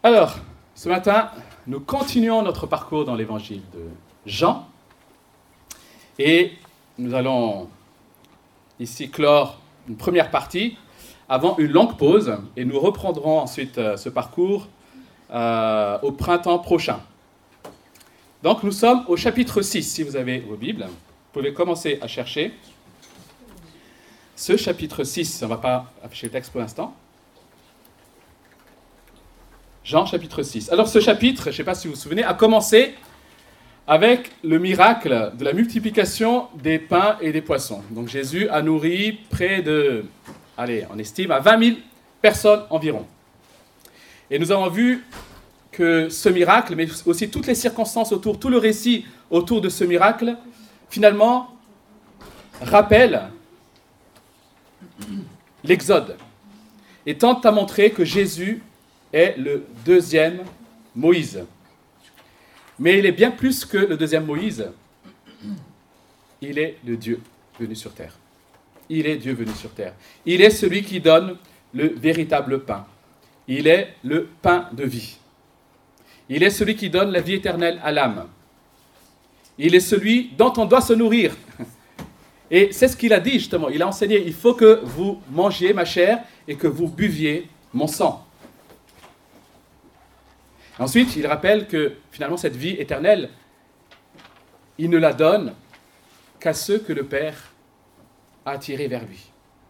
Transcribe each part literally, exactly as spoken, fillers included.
Alors, ce matin, nous continuons notre parcours dans l'évangile de Jean. Et nous allons ici clore une première partie avant une longue pause. Et nous reprendrons ensuite euh, ce parcours euh, au printemps prochain. Donc nous sommes au chapitre six, si vous avez vos Bibles. Vous pouvez commencer à chercher. Ce chapitre six, on ne va pas afficher le texte pour l'instant. Jean chapitre six. Alors ce chapitre, je ne sais pas si vous vous souvenez, a commencé avec le miracle de la multiplication des pains et des poissons. Donc Jésus a nourri près de, allez, on estime à vingt mille personnes environ. Et nous avons vu que ce miracle, mais aussi toutes les circonstances autour, tout le récit autour de ce miracle, finalement, rappelle l'Exode et tente à montrer que Jésus est le deuxième Moïse. Mais il est bien plus que le deuxième Moïse. Il est le Dieu venu sur terre. Il est Dieu venu sur terre. Il est celui qui donne le véritable pain. Il est le pain de vie. Il est celui qui donne la vie éternelle à l'âme. Il est celui dont on doit se nourrir. Et c'est ce qu'il a dit justement. Il a enseigné, il faut que vous mangiez ma chair et que vous buviez mon sang. Ensuite, il rappelle que finalement cette vie éternelle, il ne la donne qu'à ceux que le Père a attirés vers lui.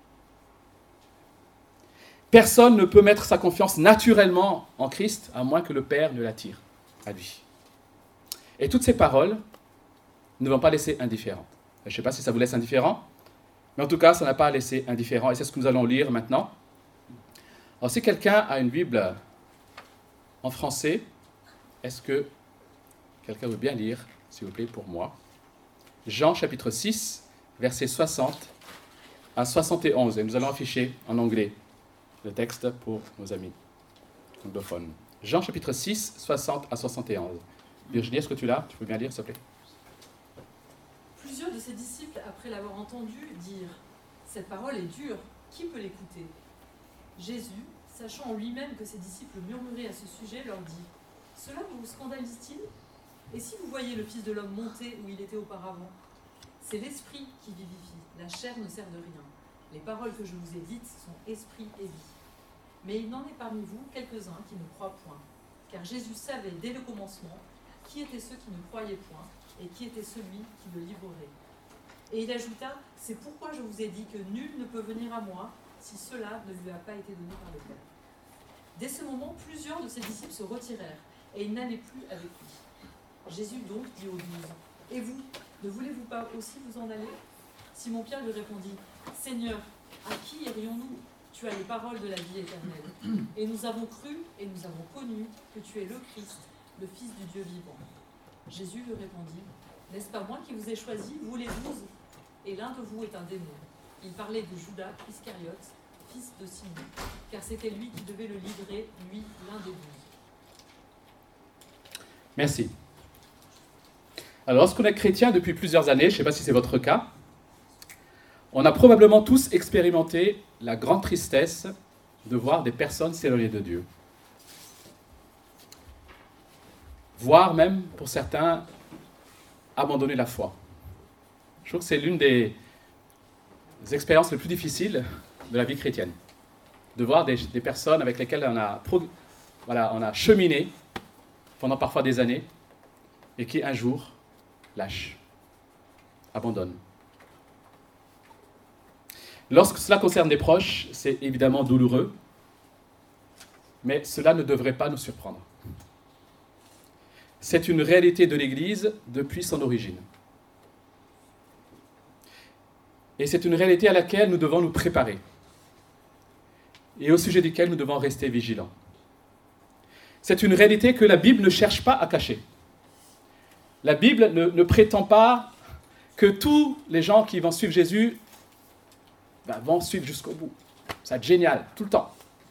Personne ne peut mettre sa confiance naturellement en Christ à moins que le Père ne l'attire à lui. Et toutes ces paroles ne vont pas laisser indifférent. Je ne sais pas si ça vous laisse indifférent, mais en tout cas, ça n'a pas laissé indifférent. Et c'est ce que nous allons lire maintenant. Alors, si quelqu'un a une Bible en français, est-ce que quelqu'un veut bien lire, s'il vous plaît, pour moi, Jean chapitre six, versets soixante à soixante et onze. Et nous allons afficher en anglais le texte pour nos amis anglophones. Jean chapitre six, soixante à soixante et onze. Virginie, est-ce que tu l'as? Tu peux bien lire, s'il te plaît? Plusieurs de ses disciples, après l'avoir entendu, dirent « Cette parole est dure, qui peut l'écouter ?» Jésus, sachant en lui-même que ses disciples murmuraient à ce sujet, leur dit « Cela vous scandalise-t-il? Et si vous voyez le Fils de l'homme monter où il était auparavant? C'est l'esprit qui vivifie, la chair ne sert de rien. Les paroles que je vous ai dites sont esprit et vie. Mais il n'en est parmi vous quelques-uns qui ne croient point. Car Jésus savait dès le commencement qui étaient ceux qui ne croyaient point et qui était celui qui le livrerait. Et il ajouta, c'est pourquoi je vous ai dit que nul ne peut venir à moi si cela ne lui a pas été donné par le Père. Dès ce moment, plusieurs de ses disciples se retirèrent et ils n'allaient plus avec lui. Jésus donc dit aux douze, et vous, ne voulez-vous pas aussi vous en aller? Simon-Pierre lui répondit, Seigneur, à qui irions-nous? Tu as les paroles de la vie éternelle. Et nous avons cru et nous avons connu que tu es le Christ, le Fils du Dieu vivant. Jésus lui répondit, n'est-ce pas moi qui vous ai choisi, vous les douze? Et l'un de vous est un démon. Il parlait de Judas Iscariote, fils de Simon, car c'était lui qui devait le livrer, lui, l'un des douze. Merci. Alors, lorsqu'on est chrétien depuis plusieurs années, je ne sais pas si c'est votre cas, on a probablement tous expérimenté la grande tristesse de voir des personnes s'éloigner de Dieu. Voire même, pour certains, abandonner la foi. Je trouve que c'est l'une des expériences les plus difficiles de la vie chrétienne. De voir des, des personnes avec lesquelles on a, voilà, on a cheminé pendant parfois des années et qui un jour lâchent, abandonnent. Lorsque cela concerne des proches, c'est évidemment douloureux, mais cela ne devrait pas nous surprendre. C'est une réalité de l'Église depuis son origine. Et c'est une réalité à laquelle nous devons nous préparer et au sujet duquel nous devons rester vigilants. C'est une réalité que la Bible ne cherche pas à cacher. La Bible ne, ne prétend pas que tous les gens qui vont suivre Jésus ben, vont suivre jusqu'au bout. Ça va être génial, tout le temps.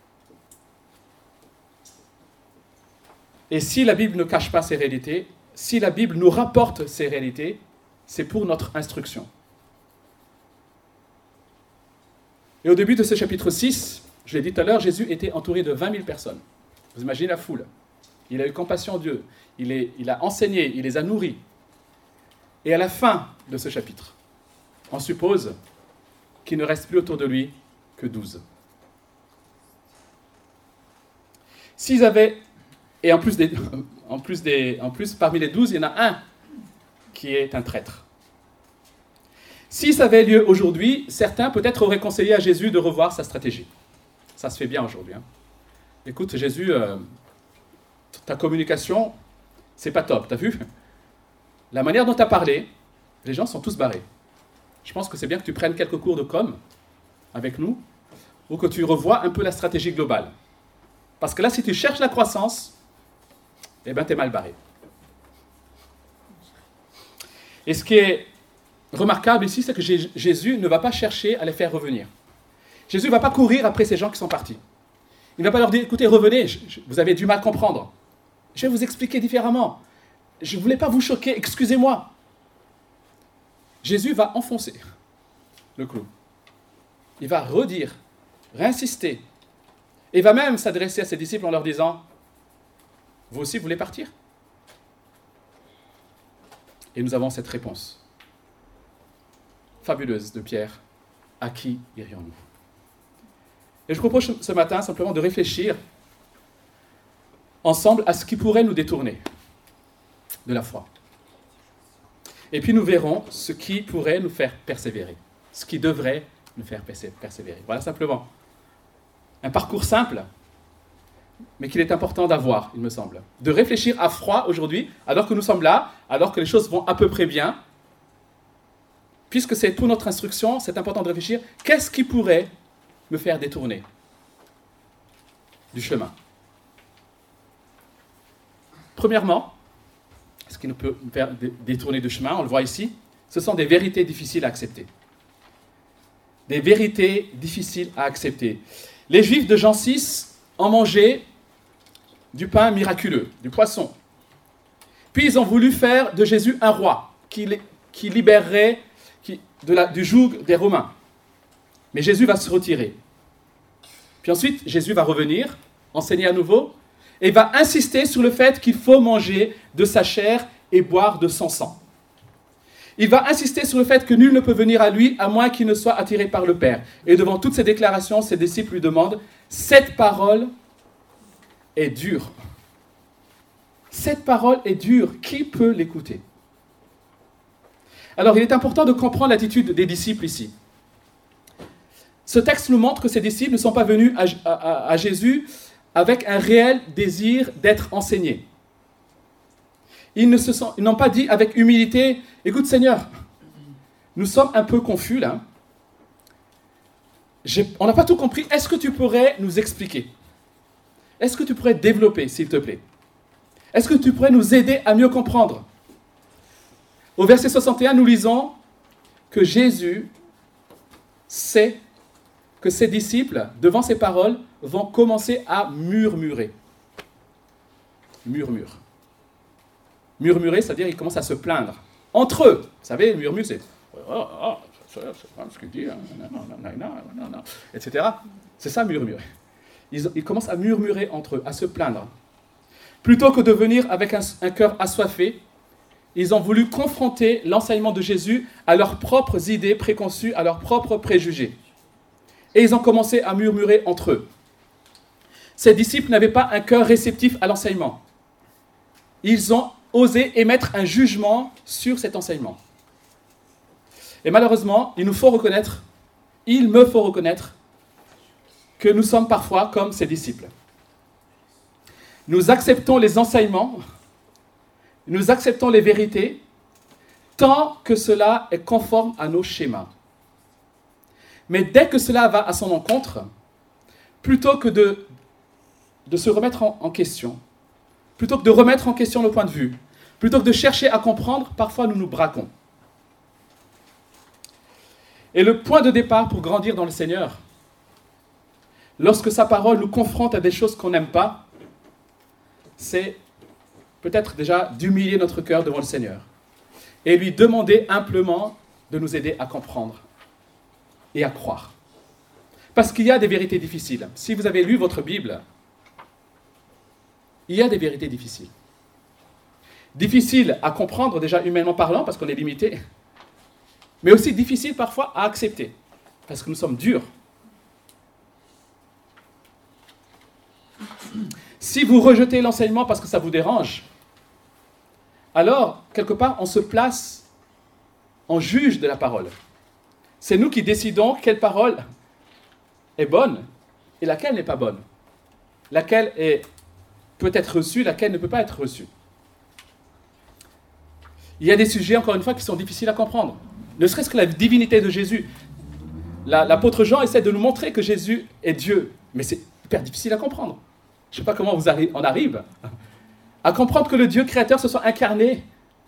Et si la Bible ne cache pas ces réalités, si la Bible nous rapporte ces réalités, c'est pour notre instruction. Et au début de ce chapitre six, je l'ai dit tout à l'heure, Jésus était entouré de vingt mille personnes. Vous imaginez la foule. Il a eu compassion de Dieu. Il, est, il a enseigné, il les a nourris. Et à la fin de ce chapitre, on suppose qu'il ne reste plus autour de lui que douze. S'ils avaient, et en plus, des, en, plus des, en plus, parmi les douze, il y en a un qui est un traître. Si ça avait lieu aujourd'hui, certains peut-être auraient conseillé à Jésus de revoir sa stratégie. Ça se fait bien aujourd'hui. Hein. Écoute, Jésus, euh, ta communication, c'est pas top, t'as vu? La manière dont tu as parlé, les gens sont tous barrés. Je pense que c'est bien que tu prennes quelques cours de com avec nous, ou que tu revoies un peu la stratégie globale. Parce que là, si tu cherches la croissance, eh bien, tu es mal barré. Et ce qui est remarquable ici, c'est que Jésus ne va pas chercher à les faire revenir. Jésus ne va pas courir après ces gens qui sont partis. Il ne va pas leur dire, écoutez, revenez, je, je, vous avez du mal à comprendre. Je vais vous expliquer différemment. Je ne voulais pas vous choquer, excusez-moi. Jésus va enfoncer le clou. Il va redire, réinsister. Et va même s'adresser à ses disciples en leur disant, vous aussi, vous voulez partir? Et nous avons cette réponse fabuleuse de Pierre. À qui irions-nous? Et je propose ce matin simplement de réfléchir ensemble à ce qui pourrait nous détourner de la foi. Et puis nous verrons ce qui pourrait nous faire persévérer, ce qui devrait nous faire persévérer. Voilà simplement un parcours simple, mais qu'il est important d'avoir, il me semble. De réfléchir à froid aujourd'hui, alors que nous sommes là, alors que les choses vont à peu près bien. Puisque c'est toute notre instruction, c'est important de réfléchir, qu'est-ce qui pourrait me faire détourner du chemin? Premièrement, ce qui nous peut me faire détourner du chemin, on le voit ici, ce sont des vérités difficiles à accepter. Des vérités difficiles à accepter. Les Juifs de Jean six ont mangé du pain miraculeux, du poisson. Puis ils ont voulu faire de Jésus un roi qui, qui libérerait qui, de la, du joug des Romains. Mais Jésus va se retirer. Puis ensuite, Jésus va revenir, enseigner à nouveau, et va insister sur le fait qu'il faut manger de sa chair et boire de son sang. Il va insister sur le fait que nul ne peut venir à lui à moins qu'il ne soit attiré par le Père. Et devant toutes ces déclarations, ses disciples lui demandent, cette parole est dure. Cette parole est dure. Qui peut l'écouter? Alors, il est important de comprendre l'attitude des disciples ici. Ce texte nous montre que ces disciples ne sont pas venus à, à, à Jésus avec un réel désir d'être enseignés. Ils ne se sont, ils n'ont pas dit avec humilité, « Écoute Seigneur, nous sommes un peu confus là. J'ai, on n'a pas tout compris. Est-ce que tu pourrais nous expliquer? Est-ce que tu pourrais développer, s'il te plaît? Est-ce que tu pourrais nous aider à mieux comprendre ?» Au verset soixante et un, nous lisons que Jésus sait que ses disciples, devant ces paroles, vont commencer à murmurer. Murmure. Murmurer, c'est-à-dire qu'ils commencent à se plaindre. Entre eux. Vous savez, le murmure, c'est « Oh, oh, c'est pas ce qu'il dit, et cetera » C'est ça, murmurer. Ils, ils commencent à murmurer entre eux, à se plaindre. Plutôt que de venir avec un, un cœur assoiffé, ils ont voulu confronter l'enseignement de Jésus à leurs propres idées préconçues, à leurs propres préjugés. Et ils ont commencé à murmurer entre eux. Ces disciples n'avaient pas un cœur réceptif à l'enseignement. Ils ont osé émettre un jugement sur cet enseignement. Et malheureusement, il nous faut reconnaître, il me faut reconnaître que nous sommes parfois comme ces disciples. Nous acceptons les enseignements, nous acceptons les vérités, tant que cela est conforme à nos schémas. Mais dès que cela va à son encontre, plutôt que de, de se remettre en, en question, plutôt que de remettre en question nos points de vue, plutôt que de chercher à comprendre, parfois nous nous braquons. Et le point de départ pour grandir dans le Seigneur, lorsque sa parole nous confronte à des choses qu'on n'aime pas, c'est peut-être déjà d'humilier notre cœur devant le Seigneur et lui demander humblement de nous aider à comprendre et à croire. Parce qu'il y a des vérités difficiles. Si vous avez lu votre Bible, il y a des vérités difficiles. Difficiles à comprendre, déjà humainement parlant, parce qu'on est limité, mais aussi difficiles parfois à accepter, parce que nous sommes durs. Si vous rejetez l'enseignement parce que ça vous dérange, alors, quelque part, on se place en juge de la parole. C'est nous qui décidons quelle parole est bonne et laquelle n'est pas bonne. Laquelle est, peut être reçue, laquelle ne peut pas être reçue. Il y a des sujets, encore une fois, qui sont difficiles à comprendre. Ne serait-ce que la divinité de Jésus. La, l'apôtre Jean essaie de nous montrer que Jésus est Dieu, mais c'est hyper difficile à comprendre. Je ne sais pas comment vous arri- on arrive à comprendre que le Dieu créateur se soit incarné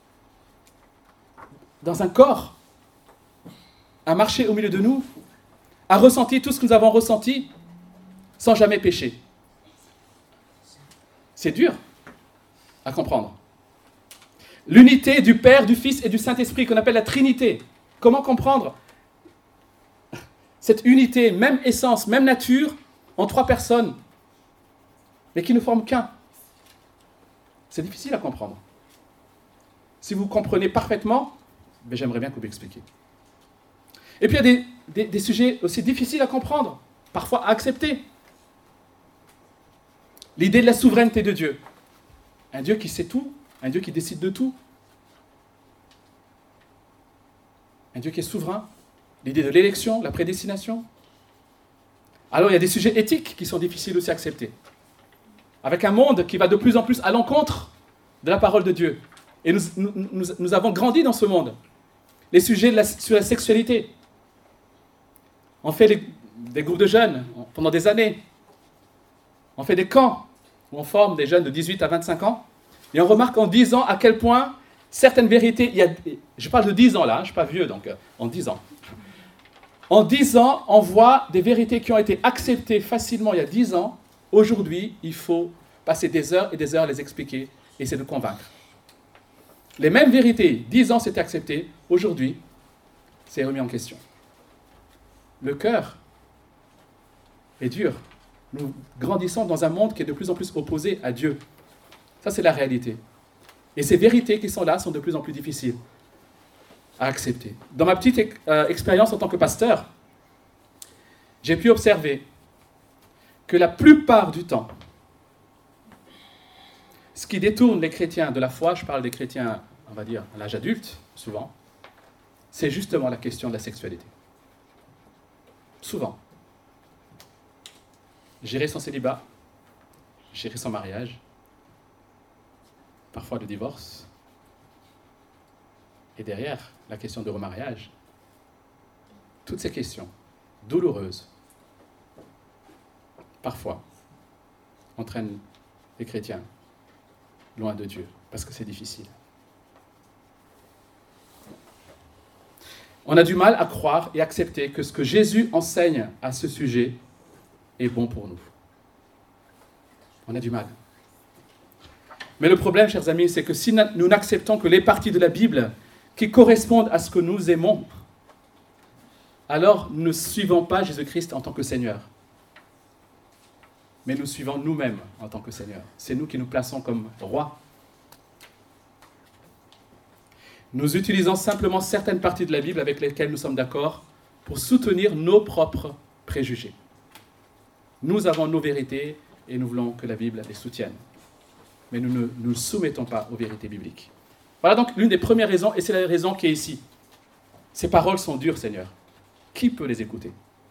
dans un corps, a marché au milieu de nous, a ressenti tout ce que nous avons ressenti sans jamais pécher. C'est dur à comprendre. L'unité du Père, du Fils et du Saint-Esprit qu'on appelle la Trinité. Comment comprendre cette unité, même essence, même nature, en trois personnes, mais qui ne forment qu'un? C'est difficile à comprendre. Si vous comprenez parfaitement, ben j'aimerais bien que vous m'expliquiez. Et puis il y a des, des, des sujets aussi difficiles à comprendre, parfois à accepter. L'idée de la souveraineté de Dieu. Un Dieu qui sait tout, un Dieu qui décide de tout. Un Dieu qui est souverain. L'idée de l'élection, la prédestination. Alors il y a des sujets éthiques qui sont difficiles aussi à accepter. Avec un monde qui va de plus en plus à l'encontre de la parole de Dieu. Et nous, nous, nous, nous avons grandi dans ce monde. Les sujets de la, sur la sexualité. On fait des, des groupes de jeunes pendant des années. On fait des camps où on forme des jeunes de dix-huit à vingt-cinq ans. Et on remarque en dix ans à quel point certaines vérités... Il y a, je parle de dix ans là, je ne suis pas vieux, donc en dix ans. En dix ans, on voit des vérités qui ont été acceptées facilement il y a dix ans. Aujourd'hui, il faut passer des heures et des heures à les expliquer et essayer de convaincre. Les mêmes vérités, dix ans c'était accepté, aujourd'hui, c'est remis en question. Le cœur est dur. Nous grandissons dans un monde qui est de plus en plus opposé à Dieu. Ça, c'est la réalité. Et ces vérités qui sont là sont de plus en plus difficiles à accepter. Dans ma petite euh, expérience en tant que pasteur, j'ai pu observer que la plupart du temps, ce qui détourne les chrétiens de la foi, je parle des chrétiens, on va dire, à l'âge adulte, souvent, c'est justement la question de la sexualité. Souvent. Gérer son célibat, gérer son mariage, parfois le divorce, et derrière, la question de remariage. Toutes ces questions douloureuses, parfois, entraînent les chrétiens loin de Dieu, parce que c'est difficile. On a du mal à croire et accepter que ce que Jésus enseigne à ce sujet est bon pour nous. On a du mal. Mais le problème, chers amis, c'est que si nous n'acceptons que les parties de la Bible qui correspondent à ce que nous aimons, alors nous ne suivons pas Jésus-Christ en tant que Seigneur. Mais nous suivons nous-mêmes en tant que Seigneur. C'est nous qui nous plaçons comme rois. Nous utilisons simplement certaines parties de la Bible avec lesquelles nous sommes d'accord pour soutenir nos propres préjugés. Nous avons nos vérités et nous voulons que la Bible les soutienne. Mais nous ne nous soumettons pas aux vérités bibliques. Voilà donc l'une des premières raisons, et c'est la raison qui est ici. Ces paroles sont dures, Seigneur. Qui peut les écouter?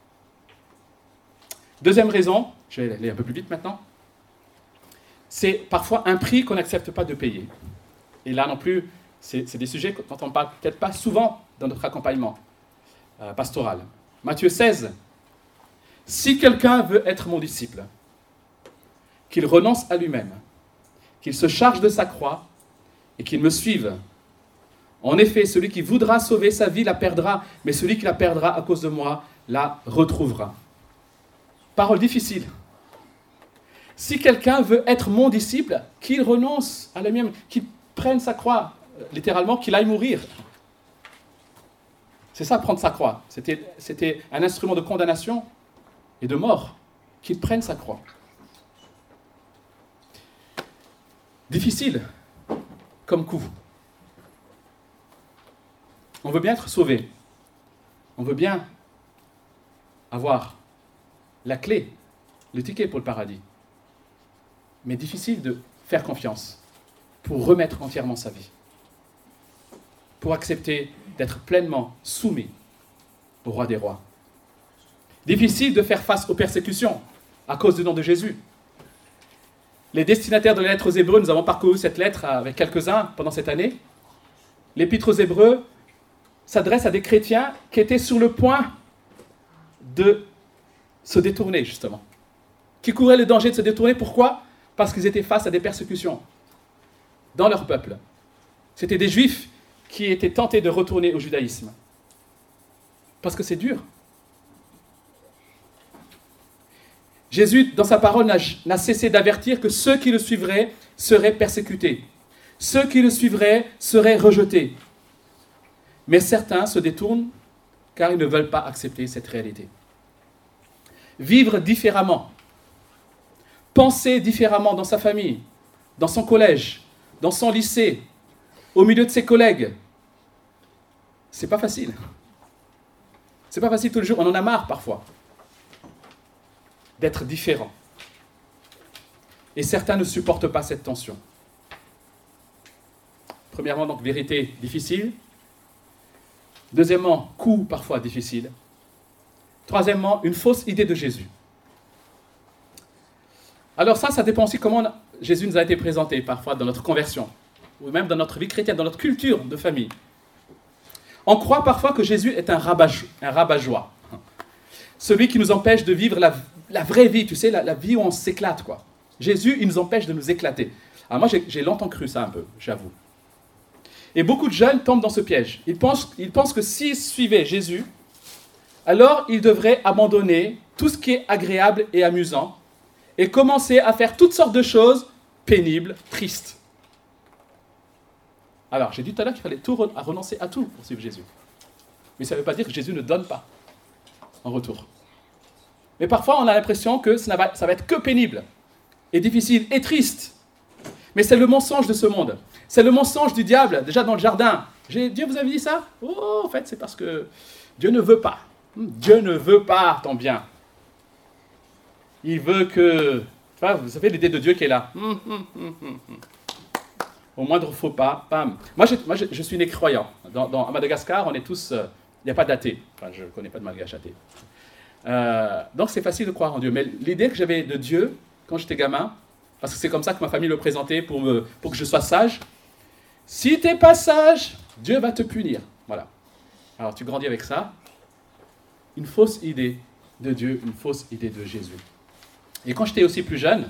Deuxième raison, je vais aller un peu plus vite maintenant, c'est parfois un prix qu'on n'accepte pas de payer. Et là non plus, c'est, c'est des sujets dont on ne parle peut-être pas souvent dans notre accompagnement euh, pastoral. Matthieu seize. Si quelqu'un veut être mon disciple, qu'il renonce à lui-même, qu'il se charge de sa croix et qu'il me suive. En effet, celui qui voudra sauver sa vie la perdra, mais celui qui la perdra à cause de moi la retrouvera. Parole difficile. Si quelqu'un veut être mon disciple, qu'il renonce à lui-même, qu'il prenne sa croix, littéralement, qu'il aille mourir. C'est ça, prendre sa croix. C'était, c'était un instrument de condamnation et de mort. Qu'il prenne sa croix. difficile comme coup. On veut bien être sauvé. On veut bien avoir la clé, le ticket pour le paradis. Mais difficile de faire confiance pour remettre entièrement sa vie. Pour accepter d'être pleinement soumis au roi des rois. Difficile de faire face aux persécutions à cause du nom de Jésus. Les destinataires de la lettre aux Hébreux, nous avons parcouru cette lettre avec quelques-uns pendant cette année. L'Épître aux Hébreux s'adresse à des chrétiens qui étaient sur le point de se détourner, justement. Qui couraient le danger de se détourner. Pourquoi ? Parce qu'ils étaient face à des persécutions dans leur peuple. C'était des Juifs qui étaient tentés de retourner au judaïsme. Parce que c'est dur. Jésus, dans sa parole, n'a, n'a cessé d'avertir que ceux qui le suivraient seraient persécutés. Ceux qui le suivraient seraient rejetés. Mais certains se détournent car ils ne veulent pas accepter cette réalité. Vivre différemment, penser différemment dans sa famille, dans son collège, dans son lycée, au milieu de ses collègues, c'est pas facile. C'est pas facile tous les jours, on en a marre parfois d'être différent. Et certains ne supportent pas cette tension. Premièrement, donc, vérité difficile. Deuxièmement, coup parfois difficile. Troisièmement, une fausse idée de Jésus. Alors ça, ça dépend aussi comment Jésus nous a été présenté parfois dans notre conversion, ou même dans notre vie chrétienne, dans notre culture de famille. On croit parfois que Jésus est un rabat-joie, un rabat-joie. Celui qui nous empêche de vivre la, la vraie vie, tu sais, la, la vie où on s'éclate, quoi. Jésus, il nous empêche de nous éclater. Alors moi, j'ai, j'ai longtemps cru ça un peu, j'avoue. Et beaucoup de jeunes tombent dans ce piège. Ils pensent, ils pensent que s'ils suivaient Jésus, alors ils devraient abandonner tout ce qui est agréable et amusant et commencer à faire toutes sortes de choses pénibles, tristes. Alors, j'ai dit tout à l'heure qu'il fallait tout re- à renoncer à tout pour suivre Jésus. Mais ça ne veut pas dire que Jésus ne donne pas en retour. Mais parfois, on a l'impression que ça va, ça va être que pénible, et difficile, et triste. Mais c'est le mensonge de ce monde. C'est le mensonge du diable, déjà dans le jardin. J'ai, Dieu vous avait dit ça ? Oh, en fait, c'est parce que Dieu ne veut pas. Dieu ne veut pas ton bien. Il veut que... Enfin, vous savez l'idée de Dieu qui est là. Hum, hum, hum, hum, hum. Au moindre faux pas, bam. Moi, je, moi, je, je suis né croyant. Dans, dans, à Madagascar, on est tous... Il euh, n'y a pas d'athée. Enfin, je ne connais pas de malgache athée. Euh, donc, c'est facile de croire en Dieu. Mais l'idée que j'avais de Dieu, quand j'étais gamin, parce que c'est comme ça que ma famille le présentait pour, me, pour que je sois sage, si tu n'es pas sage, Dieu va te punir. Voilà. Alors, tu grandis avec ça. Une fausse idée de Dieu, une fausse idée de Jésus. Et quand j'étais aussi plus jeune,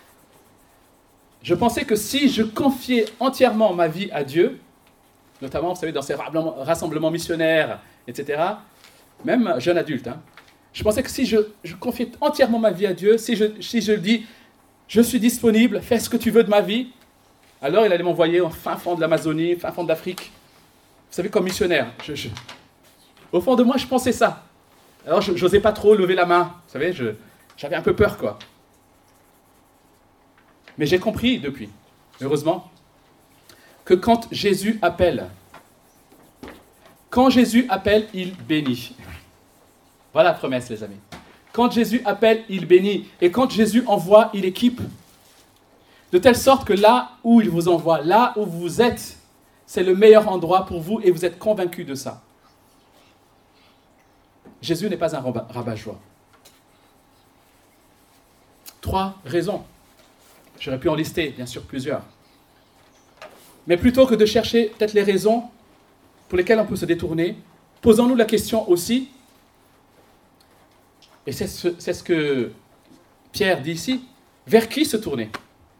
je pensais que si je confiais entièrement ma vie à Dieu, notamment, vous savez, dans ces rassemblements missionnaires, et cetera, même jeune adulte, hein, je pensais que si je, je confiais entièrement ma vie à Dieu, si je, si je dis, je suis disponible, fais ce que tu veux de ma vie, alors il allait m'envoyer au fin fond de l'Amazonie, au fin fond d'Afrique, vous savez, comme missionnaire. Je, je... Au fond de moi, je pensais ça. Alors, je n'osais pas trop lever la main, vous savez, je, j'avais un peu peur, quoi. Mais j'ai compris depuis, heureusement, que quand Jésus appelle, quand Jésus appelle, il bénit. Voilà la promesse, les amis. Quand Jésus appelle, il bénit. Et quand Jésus envoie, il équipe. De telle sorte que là où il vous envoie, là où vous êtes, c'est le meilleur endroit pour vous et vous êtes convaincus de ça. Jésus n'est pas un rabat-joie. Trois raisons. J'aurais pu en lister, bien sûr, plusieurs. Mais plutôt que de chercher peut-être les raisons pour lesquelles on peut se détourner, posons-nous la question aussi, et c'est ce, c'est ce que Pierre dit ici, vers qui se tourner ?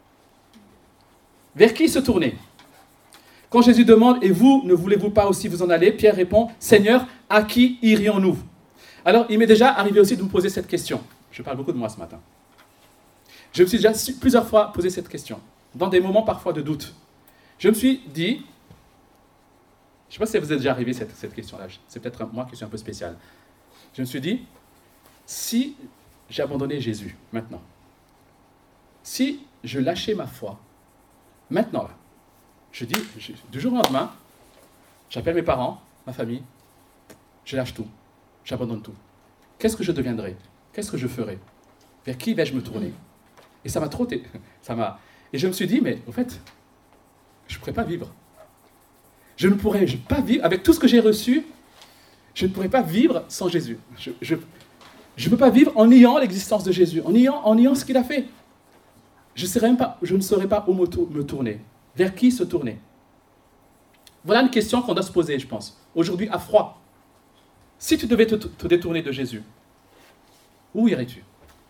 Vers qui se tourner ? Quand Jésus demande « Et vous, ne voulez-vous pas aussi vous en aller ?» Pierre répond « Seigneur, à qui irions-nous » Alors, il m'est déjà arrivé aussi de me poser cette question. Je parle beaucoup de moi ce matin. Je me suis déjà plusieurs fois posé cette question, dans des moments parfois de doute. Je me suis dit, je ne sais pas si vous êtes déjà arrivé à cette, cette question-là, c'est peut-être moi qui suis un peu spécial. Je me suis dit, si j'ai abandonné Jésus maintenant, si je lâchais ma foi, Maintenant, là, je dis, je, du jour au lendemain, j'appelle mes parents, ma famille, je lâche tout, j'abandonne tout. Qu'est-ce que je deviendrai? Qu'est-ce que je ferai? Vers qui vais-je me tourner? Et ça m'a trop... Ça m'a... Et je me suis dit, mais en fait, je ne pourrais pas vivre. Je ne pourrais pas vivre, avec tout ce que j'ai reçu, je ne pourrais pas vivre sans Jésus. Je ne je peux pas vivre en niant l'existence de Jésus, en niant, en niant ce qu'il a fait. Je, serais même pas, je ne saurais pas où me tourner. Vers qui se tourner? Voilà une question qu'on doit se poser, je pense. Aujourd'hui, à froid. Si tu devais te, te détourner de Jésus, où irais-tu?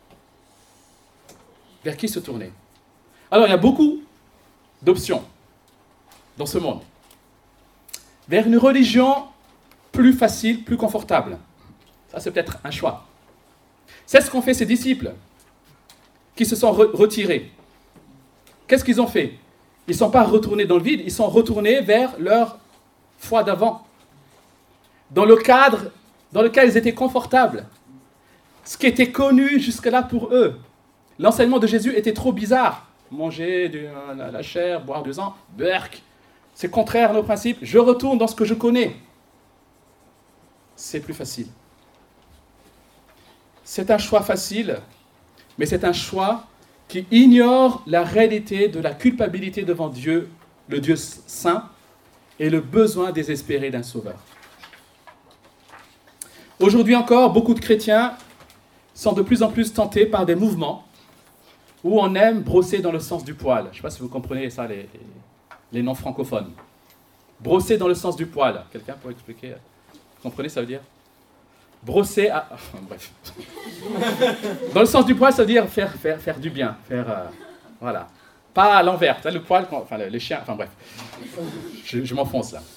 Vers qui se tourner? Alors, il y a beaucoup d'options dans ce monde. Vers une religion plus facile, plus confortable. Ça, c'est peut-être un choix. C'est ce qu'ont fait ces disciples qui se sont re- retirés. Qu'est-ce qu'ils ont fait? Ils ne sont pas retournés dans le vide, ils sont retournés vers leur foi d'avant, dans le cadre dans lequel ils étaient confortables. Ce qui était connu jusque-là pour eux. L'enseignement de Jésus était trop bizarre. Manger de la, la chair, boire du sang, berk. C'est contraire à nos principes. Je retourne dans ce que je connais. C'est plus facile. C'est un choix facile, mais c'est un choix qui ignore la réalité de la culpabilité devant Dieu, le Dieu saint, et le besoin désespéré d'un sauveur. Aujourd'hui encore, beaucoup de chrétiens sont de plus en plus tentés par des mouvements où on aime brosser dans le sens du poil. Je ne sais pas si vous comprenez ça, les, les, les non-francophones. Brosser dans le sens du poil. Quelqu'un pourrait expliquer? Vous comprenez, ça veut dire? Brosser à... Enfin, bref. Dans le sens du poil, ça veut dire faire, faire, faire du bien. Faire, euh, voilà. Pas à l'envers. Le poil, enfin, les chiens... Enfin, bref. Je, je m'enfonce, là.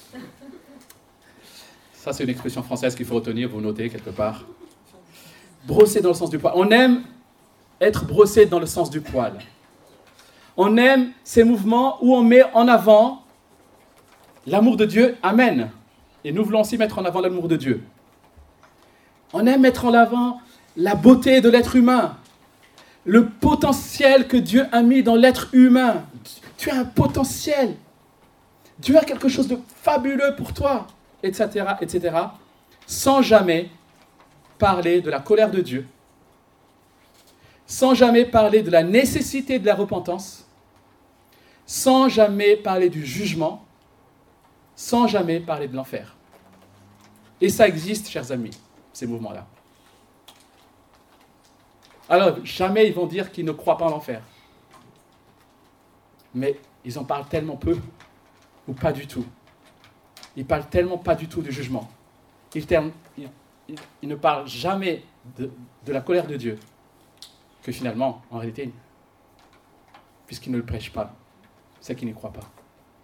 Ça, c'est une expression française qu'il faut retenir, vous notez quelque part. Brosser dans le sens du poil. On aime être brossé dans le sens du poil. On aime ces mouvements où on met en avant l'amour de Dieu. Amen. Et nous voulons aussi mettre en avant l'amour de Dieu. On aime mettre en avant la beauté de l'être humain, le potentiel que Dieu a mis dans l'être humain. Tu as un potentiel. Dieu a quelque chose de fabuleux pour toi, et cetera, et cetera, sans jamais parler de la colère de Dieu, sans jamais parler de la nécessité de la repentance, sans jamais parler du jugement, sans jamais parler de l'enfer. Et ça existe, chers amis, ces mouvements-là. Alors, jamais ils vont dire qu'ils ne croient pas en l'enfer. Mais ils en parlent tellement peu, ou pas du tout. Ils parlent tellement pas du tout du jugement. Ils, ils, ils, ils ne parlent jamais de, de la colère de Dieu, que finalement, en réalité, puisqu'ils ne le prêchent pas, c'est qu'ils n'y croient pas.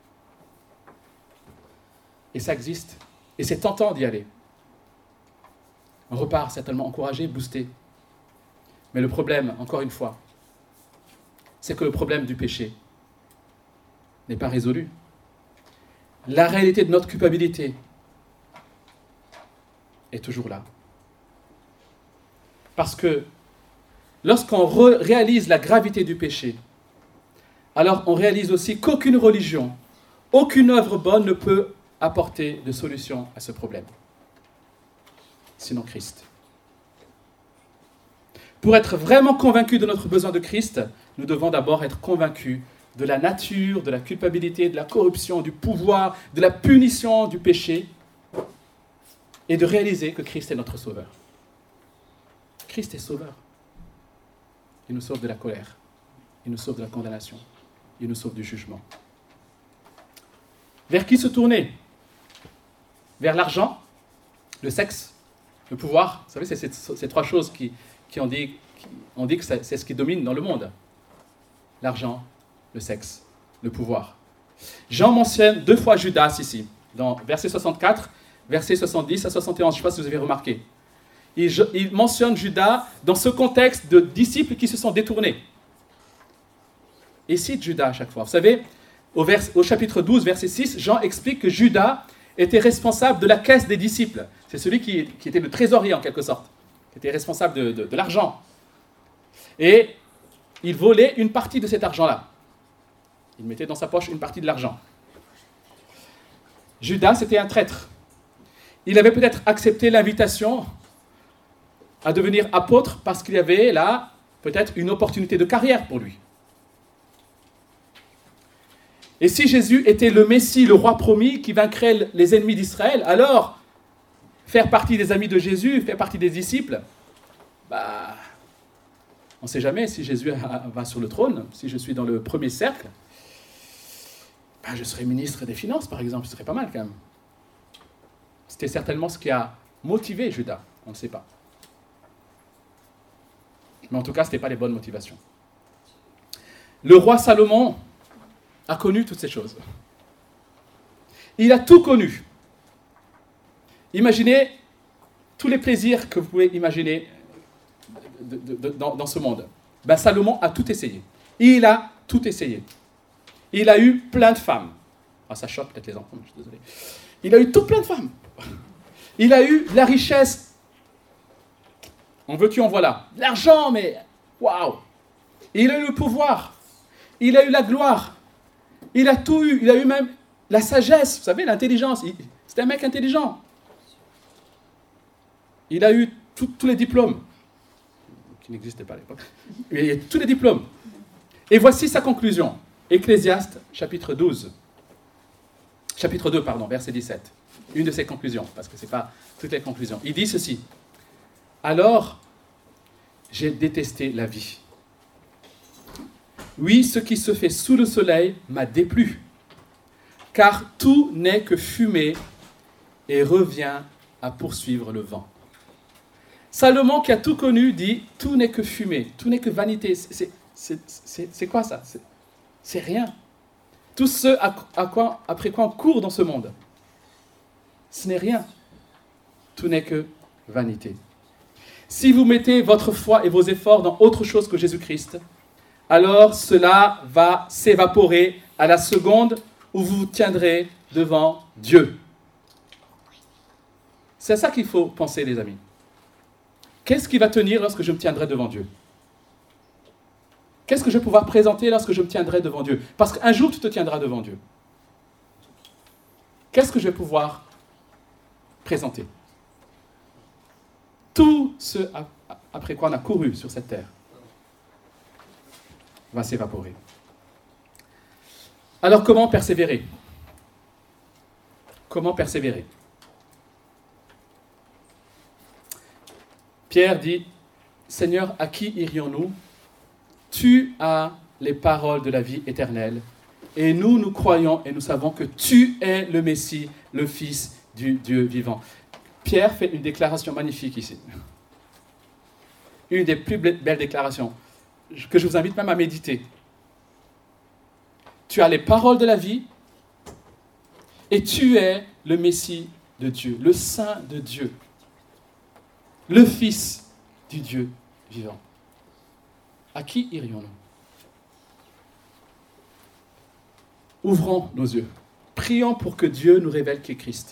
Et ça existe. Et c'est tentant d'y aller. On repart certainement encouragé, boosté. Mais le problème, encore une fois, c'est que le problème du péché n'est pas résolu. La réalité de notre culpabilité est toujours là. Parce que lorsqu'on re- réalise la gravité du péché, alors on réalise aussi qu'aucune religion, aucune œuvre bonne ne peut apporter de solution à ce problème. Sinon Christ. Pour être vraiment convaincus de notre besoin de Christ, nous devons d'abord être convaincus de la nature, de la culpabilité, de la corruption, du pouvoir, de la punition du péché, et de réaliser que Christ est notre sauveur. Christ est sauveur. Il nous sauve de la colère, il nous sauve de la condamnation, il nous sauve du jugement. Vers qui se tourner? Vers l'argent, le sexe, le pouvoir. Vous savez, c'est ces, ces trois choses qui, qui ont dit, qui ont dit que c'est, c'est ce qui domine dans le monde. L'argent, le sexe, le pouvoir. Jean mentionne deux fois Judas ici, dans verset soixante-quatre, verset soixante-dix à soixante et onze. Je ne sais pas si vous avez remarqué. Il, il mentionne Judas dans ce contexte de disciples qui se sont détournés. Et cite Judas à chaque fois. Vous savez, au, vers, au chapitre douze, verset six, Jean explique que Judas était responsable de la caisse des disciples. C'est celui qui, qui était le trésorier en quelque sorte, qui était responsable de, de, de l'argent. Et il volait une partie de cet argent-là. Il mettait dans sa poche une partie de l'argent. Judas, c'était un traître. Il avait peut-être accepté l'invitation à devenir apôtre parce qu'il y avait là peut-être une opportunité de carrière pour lui. Et si Jésus était le Messie, le roi promis qui vaincrait les ennemis d'Israël, alors faire partie des amis de Jésus, faire partie des disciples, bah, on ne sait jamais si Jésus va sur le trône, si je suis dans le premier cercle, bah, je serai ministre des Finances par exemple, ce serait pas mal quand même. C'était certainement ce qui a motivé Judas, on ne sait pas. Mais en tout cas, ce n'était pas les bonnes motivations. Le roi Salomon a connu toutes ces choses. Il a tout connu. Imaginez tous les plaisirs que vous pouvez imaginer de, de, de, dans, dans ce monde. Ben, Salomon a tout essayé. Il a tout essayé. Il a eu plein de femmes. Ah, ça choque peut-être les enfants, je suis désolé. Il a eu tout plein de femmes. Il a eu la richesse. On veut tu en voilà. L'argent, mais waouh. Il a eu le pouvoir. Il a eu la gloire. Il a tout eu. Il a eu même la sagesse. Vous savez, l'intelligence. C'était un mec intelligent. Il a eu tous les diplômes. Qui n'existaient pas à l'époque. Il a eu tous les diplômes. Et voici sa conclusion. Ecclésiaste, chapitre douze. Chapitre deux, pardon, verset dix-sept. Une de ses conclusions, parce que ce n'est pas toutes les conclusions. Il dit ceci. Alors, j'ai détesté la vie. Oui, ce qui se fait sous le soleil m'a déplu, car tout n'est que fumée et revient à poursuivre le vent. Salomon, qui a tout connu, dit « tout n'est que fumée, tout n'est que vanité ». C'est, c'est, c'est, c'est quoi ça ? c'est, c'est rien. Tout ce à, à quoi, après quoi on court dans ce monde, ce n'est rien. Tout n'est que vanité. Si vous mettez votre foi et vos efforts dans autre chose que Jésus-Christ, alors cela va s'évaporer à la seconde où vous vous tiendrez devant Dieu. C'est à ça qu'il faut penser, les amis. Qu'est-ce qui va tenir lorsque je me tiendrai devant Dieu ? Qu'est-ce que je vais pouvoir présenter lorsque je me tiendrai devant Dieu ? Parce qu'un jour, tu te tiendras devant Dieu. Qu'est-ce que je vais pouvoir présenter ? Tout ce après quoi on a couru sur cette terre va s'évaporer. Alors comment persévérer ? Comment persévérer ? Pierre dit, Seigneur, à qui irions-nous ? Tu as les paroles de la vie éternelle. Et nous, nous croyons et nous savons que tu es le Messie, le Fils du Dieu vivant. Pierre fait une déclaration magnifique ici. Une des plus belles déclarations que je vous invite même à méditer. Tu as les paroles de la vie et tu es le Messie de Dieu, le Saint de Dieu, le Fils du Dieu vivant. À qui irions-nous ? Ouvrons nos yeux. Prions pour que Dieu nous révèle qui est Christ.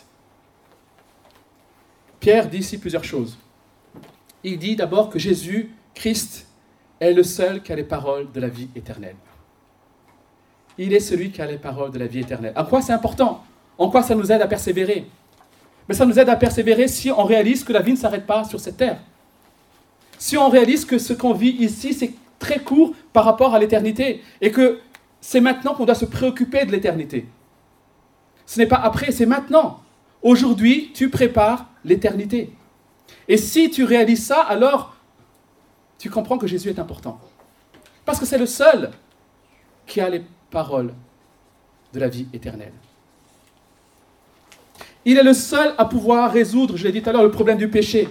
Pierre dit ici plusieurs choses. Il dit d'abord que Jésus, Christ, est le seul qui a les paroles de la vie éternelle. Il est celui qui a les paroles de la vie éternelle. En quoi c'est important ? En quoi ça nous aide à persévérer ? Mais ça nous aide à persévérer si on réalise que la vie ne s'arrête pas sur cette terre. Si on réalise que ce qu'on vit ici, c'est très court par rapport à l'éternité. Et que c'est maintenant qu'on doit se préoccuper de l'éternité. Ce n'est pas après, c'est maintenant. Aujourd'hui, tu prépares l'éternité. Et si tu réalises ça, alors tu comprends que Jésus est important. Parce que c'est le seul qui a les paroles de la vie éternelle. Il est le seul à pouvoir résoudre, je l'ai dit tout à l'heure, le problème du péché.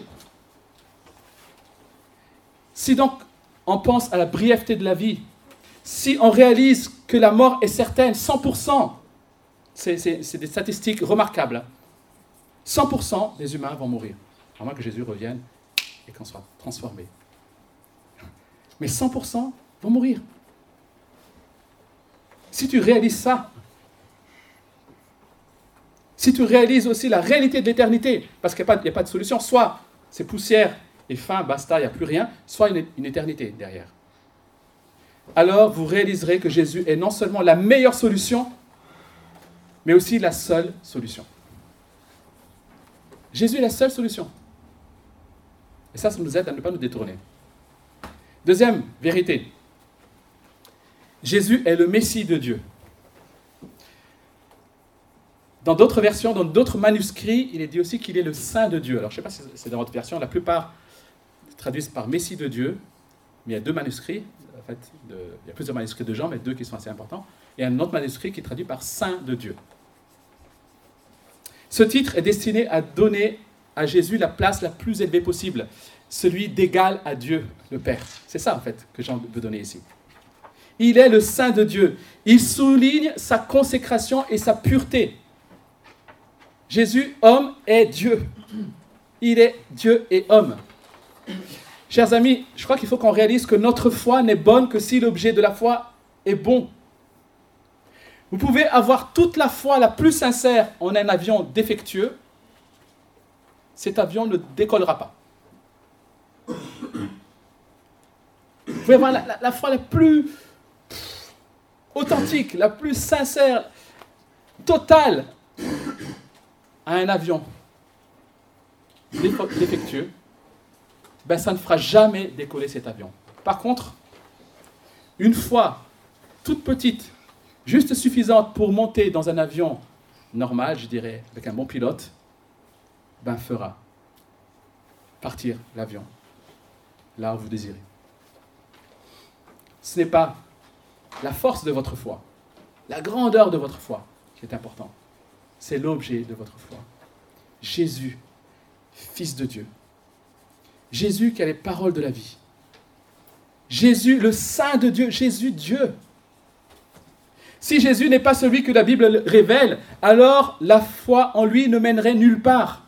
Si donc on pense à la brièveté de la vie, si on réalise que la mort est certaine, cent pour cent, c'est, c'est, c'est des statistiques remarquables, cent pour cent des humains vont mourir, à moins que Jésus revienne et qu'on soit transformé. Mais cent pour cent vont mourir. Si tu réalises ça, si tu réalises aussi la réalité de l'éternité, parce qu'il n'y a, a pas de solution, soit c'est poussière et fin, basta, il n'y a plus rien, soit une, une éternité derrière. alors vous réaliserez que Jésus est non seulement la meilleure solution, mais aussi la seule solution. Jésus est la seule solution. Et ça, ça nous aide à ne pas nous détourner. Deuxième vérité. Jésus est le Messie de Dieu. Dans d'autres versions, dans d'autres manuscrits, il est dit aussi qu'il est le Saint de Dieu. Alors, je ne sais pas si c'est dans votre version, la plupart traduisent par Messie de Dieu, mais il y a deux manuscrits, en fait, de, il y a plusieurs manuscrits de Jean, mais deux qui sont assez importants, et un autre manuscrit qui traduit par Saint de Dieu. Ce titre est destiné à donner à Jésus la place la plus élevée possible, celui d'égal à Dieu, le Père. C'est ça, en fait, que Jean veut donner ici. Il est le Saint de Dieu. Il souligne sa consécration et sa pureté. Jésus, homme, est Dieu. Il est Dieu et homme. Chers amis, je crois qu'il faut qu'on réalise que notre foi n'est bonne que si l'objet de la foi est bon. Vous pouvez avoir toute la foi la plus sincère en un avion défectueux, cet avion ne décollera pas. Vous pouvez avoir la, la, la foi la plus authentique, la plus sincère, totale, à un avion défectueux, ben ça ne fera jamais décoller cet avion. Par contre, une foi toute petite, juste suffisante pour monter dans un avion normal, je dirais, avec un bon pilote, ben fera partir l'avion là où vous désirez. Ce n'est pas la force de votre foi, la grandeur de votre foi qui est important. C'est l'objet de votre foi. Jésus, Fils de Dieu. Jésus qui a les paroles de la vie. Jésus, le Saint de Dieu. Jésus, Dieu. Si Jésus n'est pas celui que la Bible révèle, alors la foi en lui ne mènerait nulle part.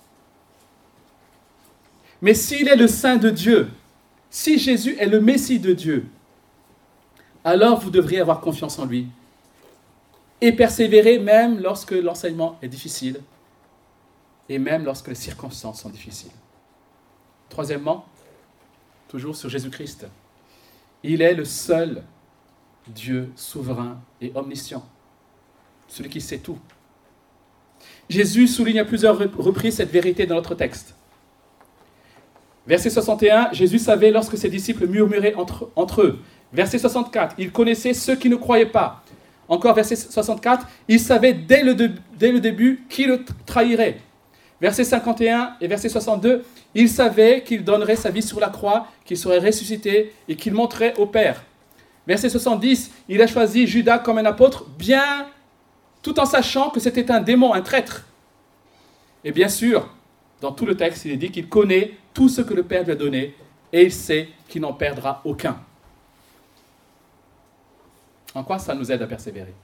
Mais s'il est le Saint de Dieu, si Jésus est le Messie de Dieu, alors vous devriez avoir confiance en lui et persévérer même lorsque l'enseignement est difficile et même lorsque les circonstances sont difficiles. Troisièmement, toujours sur Jésus-Christ, il est le seul Dieu souverain et omniscient, celui qui sait tout. Jésus souligne à plusieurs reprises cette vérité dans notre texte. Verset soixante et un, Jésus savait lorsque ses disciples murmuraient entre, entre eux. Verset soixante-quatre, il connaissait ceux qui ne croyaient pas. Encore verset soixante-quatre, il savait dès le, de, dès le début qui le trahirait. Verset cinquante et un et verset soixante-deux, il savait qu'il donnerait sa vie sur la croix, qu'il serait ressuscité et qu'il monterait au Père. Verset soixante-dix, il a choisi Judas comme un apôtre, bien tout en sachant que c'était un démon, un traître. Et bien sûr, dans tout le texte, il est dit qu'il connaît tout ce que le Père lui a donné et il sait qu'il n'en perdra aucun. En quoi ça nous aide à persévérer?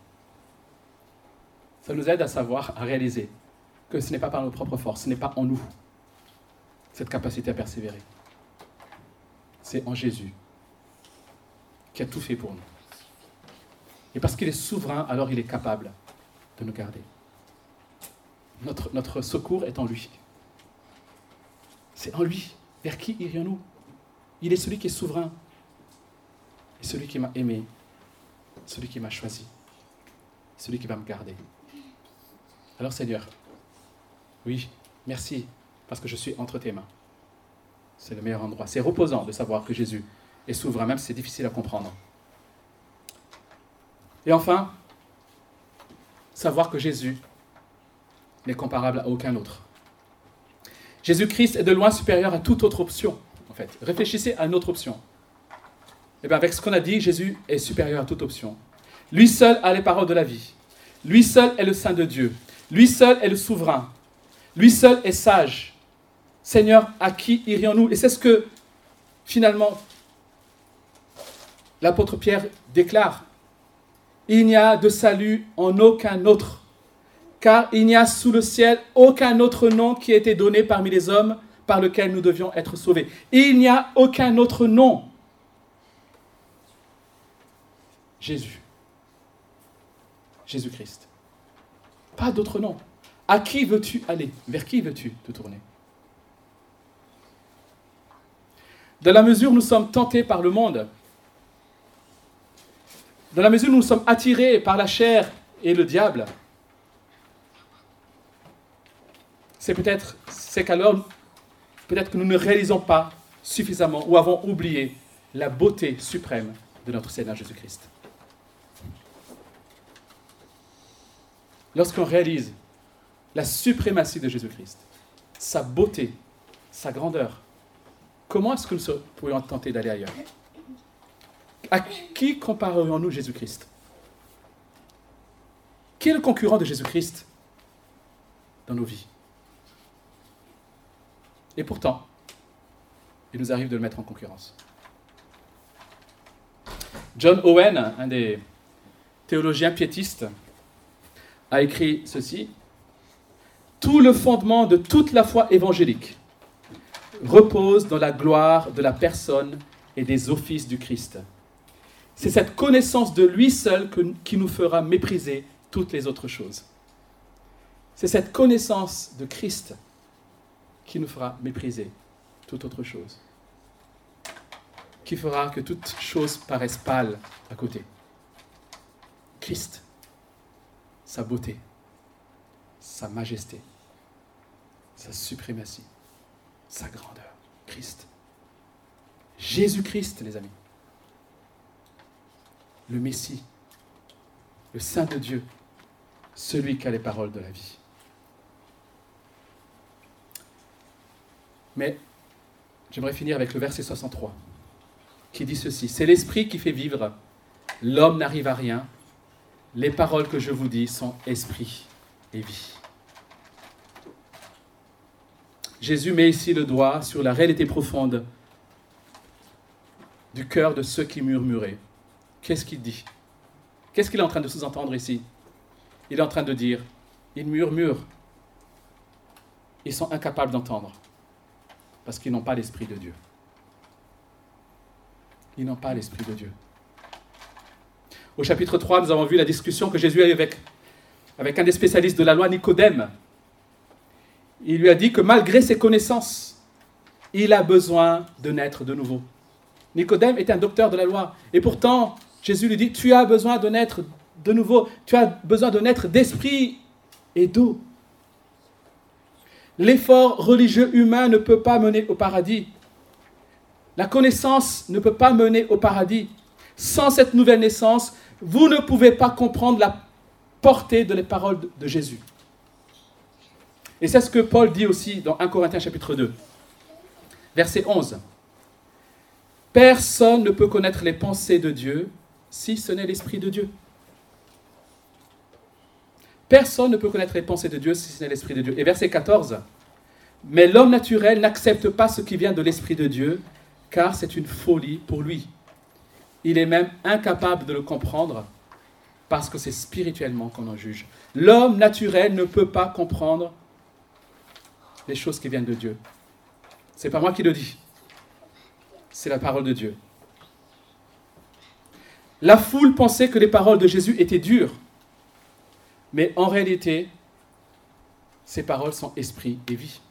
Ça nous aide à savoir, à réaliser que ce n'est pas par nos propres forces, ce n'est pas en nous, cette capacité à persévérer. C'est en Jésus qui a tout fait pour nous. Et parce qu'il est souverain, alors il est capable de nous garder. Notre, notre secours est en lui. C'est en lui. Vers qui irions-nous? Il est celui qui est souverain. Et celui qui m'a aimé. Celui qui m'a choisi. Celui qui va me garder. Alors Seigneur, oui, merci, parce que je suis entre tes mains. C'est le meilleur endroit. C'est reposant de savoir que Jésus est souverain, même si c'est difficile à comprendre. Et enfin, savoir que Jésus n'est comparable à aucun autre. Jésus-Christ est de loin supérieur à toute autre option, en fait. Réfléchissez à une autre option. Eh bien, avec ce qu'on a dit, Jésus est supérieur à toute option. Lui seul a les paroles de la vie. Lui seul est le Saint de Dieu. Lui seul est le souverain. Lui seul est sage. Seigneur, à qui irions-nous? Et c'est ce que, finalement, l'apôtre Pierre déclare. Il n'y a de salut en aucun autre, car il n'y a sous le ciel aucun autre nom qui ait été donné parmi les hommes par lequel nous devions être sauvés. Il n'y a aucun autre nom. Jésus. Jésus-Christ. Pas d'autre nom. À qui veux-tu aller? Vers qui veux-tu te tourner? Dans la mesure où nous sommes tentés par le monde, Dans la mesure où nous sommes attirés par la chair et le diable, c'est peut-être, c'est qu'alors, peut-être que nous ne réalisons pas suffisamment ou avons oublié la beauté suprême de notre Seigneur Jésus-Christ. Lorsqu'on réalise la suprématie de Jésus-Christ, sa beauté, sa grandeur, comment est-ce que nous pourrions tenter d'aller ailleurs? À qui comparerions-nous Jésus-Christ? Qui est le concurrent de Jésus-Christ dans nos vies? Et pourtant, il nous arrive de le mettre en concurrence. John Owen, un des théologiens piétistes, a écrit ceci: « Tout le fondement de toute la foi évangélique repose dans la gloire de la personne et des offices du Christ. C'est cette connaissance de lui seul que, qui nous fera mépriser toutes les autres choses. C'est cette connaissance de Christ qui nous fera mépriser toute autre chose, qui fera que toute chose paraisse pâle à côté. Christ, sa beauté, sa majesté, sa suprématie, sa grandeur. Christ. Jésus-Christ, les amis. Le Messie, le Saint de Dieu, celui qui a les paroles de la vie. Mais j'aimerais finir avec le verset soixante-trois, qui dit ceci: « C'est l'Esprit qui fait vivre, l'homme n'arrive à rien, les paroles que je vous dis sont esprit et vie. » Jésus met ici le doigt sur la réalité profonde du cœur de ceux qui murmuraient. Qu'est-ce qu'il dit? Qu'est-ce qu'il est en train de sous-entendre ici? Il est en train de dire, ils murmurent, ils sont incapables d'entendre, parce qu'ils n'ont pas l'Esprit de Dieu. Ils n'ont pas l'Esprit de Dieu. Au chapitre trois, nous avons vu la discussion que Jésus a eue avec, avec un des spécialistes de la loi, Nicodème. Il lui a dit que malgré ses connaissances, il a besoin de naître de nouveau. Nicodème était un docteur de la loi, et pourtant, Jésus lui dit, tu as besoin de naître de nouveau, tu as besoin de naître d'esprit et d'eau. L'effort religieux humain ne peut pas mener au paradis. La connaissance ne peut pas mener au paradis. Sans cette nouvelle naissance, vous ne pouvez pas comprendre la portée de les paroles de Jésus. Et c'est ce que Paul dit aussi dans premier Corinthiens chapitre deux, verset onze. « Personne ne peut connaître les pensées de Dieu si ce n'est l'Esprit de Dieu. » Personne ne peut connaître les pensées de Dieu si ce n'est l'Esprit de Dieu. Et verset quatorze. « Mais l'homme naturel n'accepte pas ce qui vient de l'Esprit de Dieu, car c'est une folie pour lui. Il est même incapable de le comprendre, parce que c'est spirituellement qu'on en juge. L'homme naturel ne peut pas comprendre les choses qui viennent de Dieu. » Ce n'est pas moi qui le dis. C'est la parole de Dieu. La foule pensait que les paroles de Jésus étaient dures. Mais en réalité, ces paroles sont esprit et vie.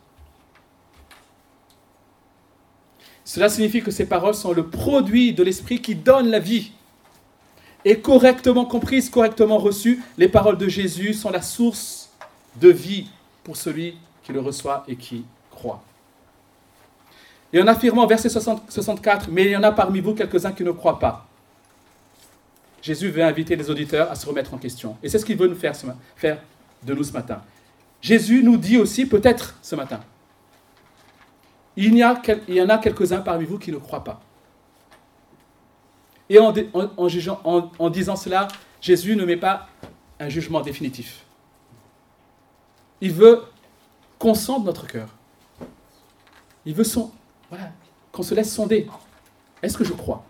Cela signifie que ces paroles sont le produit de l'esprit qui donne la vie. Et correctement comprises, correctement reçues, les paroles de Jésus sont la source de vie pour celui qui le reçoit et qui croit. Et en affirmant, verset soixante-quatre, « Mais il y en a parmi vous quelques-uns qui ne croient pas. » Jésus veut inviter les auditeurs à se remettre en question. Et c'est ce qu'il veut nous faire, faire de nous ce matin. Jésus nous dit aussi, peut-être ce matin, il y, a, il y en a quelques-uns parmi vous qui ne croient pas. Et en, en, en, jugeant, en, en disant cela, Jésus ne met pas un jugement définitif. Il veut qu'on sonde notre cœur. Il veut son, voilà, qu'on se laisse sonder. Est-ce que je crois?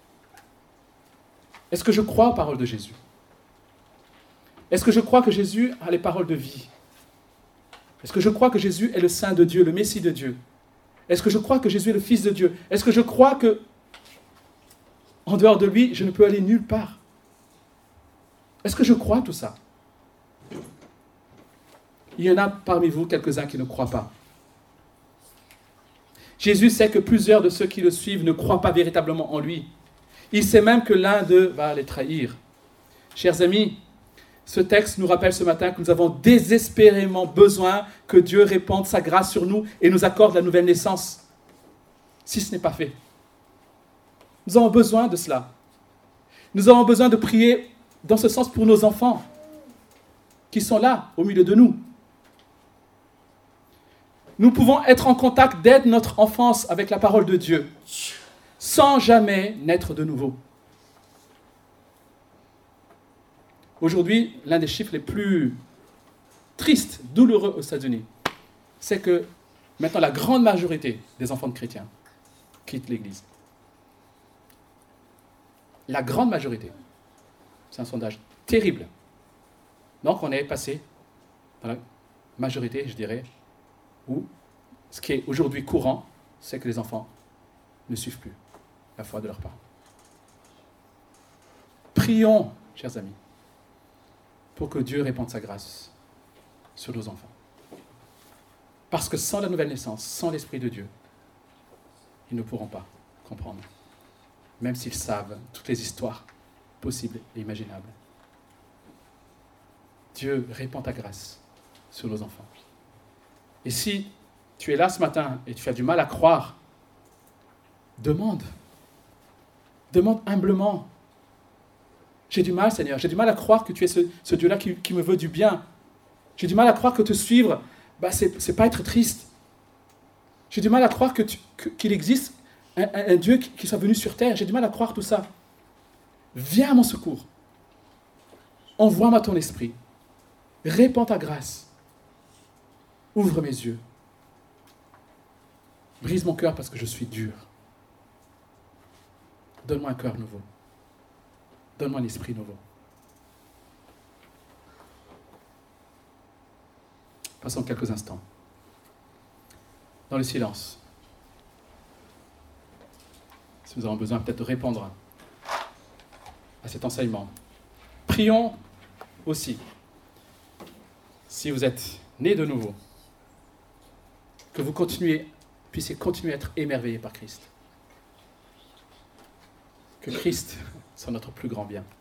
Est-ce que je crois aux paroles de Jésus? Est-ce que je crois que Jésus a les paroles de vie? Est-ce que je crois que Jésus est le Saint de Dieu, le Messie de Dieu? Est-ce que je crois que Jésus est le Fils de Dieu? Est-ce que je crois que, en dehors de lui, je ne peux aller nulle part? Est-ce que je crois tout ça? Il y en a parmi vous quelques-uns qui ne croient pas. Jésus sait que plusieurs de ceux qui le suivent ne croient pas véritablement en lui. Il sait même que l'un d'eux va les trahir. Chers amis, ce texte nous rappelle ce matin que nous avons désespérément besoin que Dieu répande sa grâce sur nous et nous accorde la nouvelle naissance, si ce n'est pas fait. Nous avons besoin de cela. Nous avons besoin de prier dans ce sens pour nos enfants qui sont là, au milieu de nous. Nous pouvons être en contact dès notre enfance avec la parole de Dieu, sans jamais naître de nouveau. Aujourd'hui, l'un des chiffres les plus tristes, douloureux aux États-Unis, c'est que maintenant la grande majorité des enfants de chrétiens quittent l'Église. La grande majorité. C'est un sondage terrible. Donc on est passé dans la majorité, je dirais, où ce qui est aujourd'hui courant, c'est que les enfants ne suivent plus la foi de leurs parents. Prions, chers amis, pour que Dieu répande sa grâce sur nos enfants. Parce que sans la nouvelle naissance, sans l'Esprit de Dieu, ils ne pourront pas comprendre, même s'ils savent toutes les histoires possibles et imaginables. Dieu répand ta grâce sur nos enfants. Et si tu es là ce matin et tu as du mal à croire, demande. Demande humblement. J'ai du mal, Seigneur, j'ai du mal à croire que tu es ce, ce Dieu-là qui, qui me veut du bien. J'ai du mal à croire que te suivre, bah, c'est, c'est pas être triste. J'ai du mal à croire que tu, que, qu'il existe un, un, un Dieu qui, qui soit venu sur terre. J'ai du mal à croire tout ça. Viens à mon secours. Envoie-moi ton esprit. Répands ta grâce. Ouvre mes yeux. Brise mon cœur parce que je suis dur. Donne-moi un cœur nouveau. Donne-moi un esprit nouveau. Passons quelques instants dans le silence. Si nous avons besoin peut-être de répondre à cet enseignement. Prions aussi, si vous êtes nés de nouveau, que vous continuez, puissiez continuer à être émerveillés par Christ. Que Christ soit notre plus grand bien.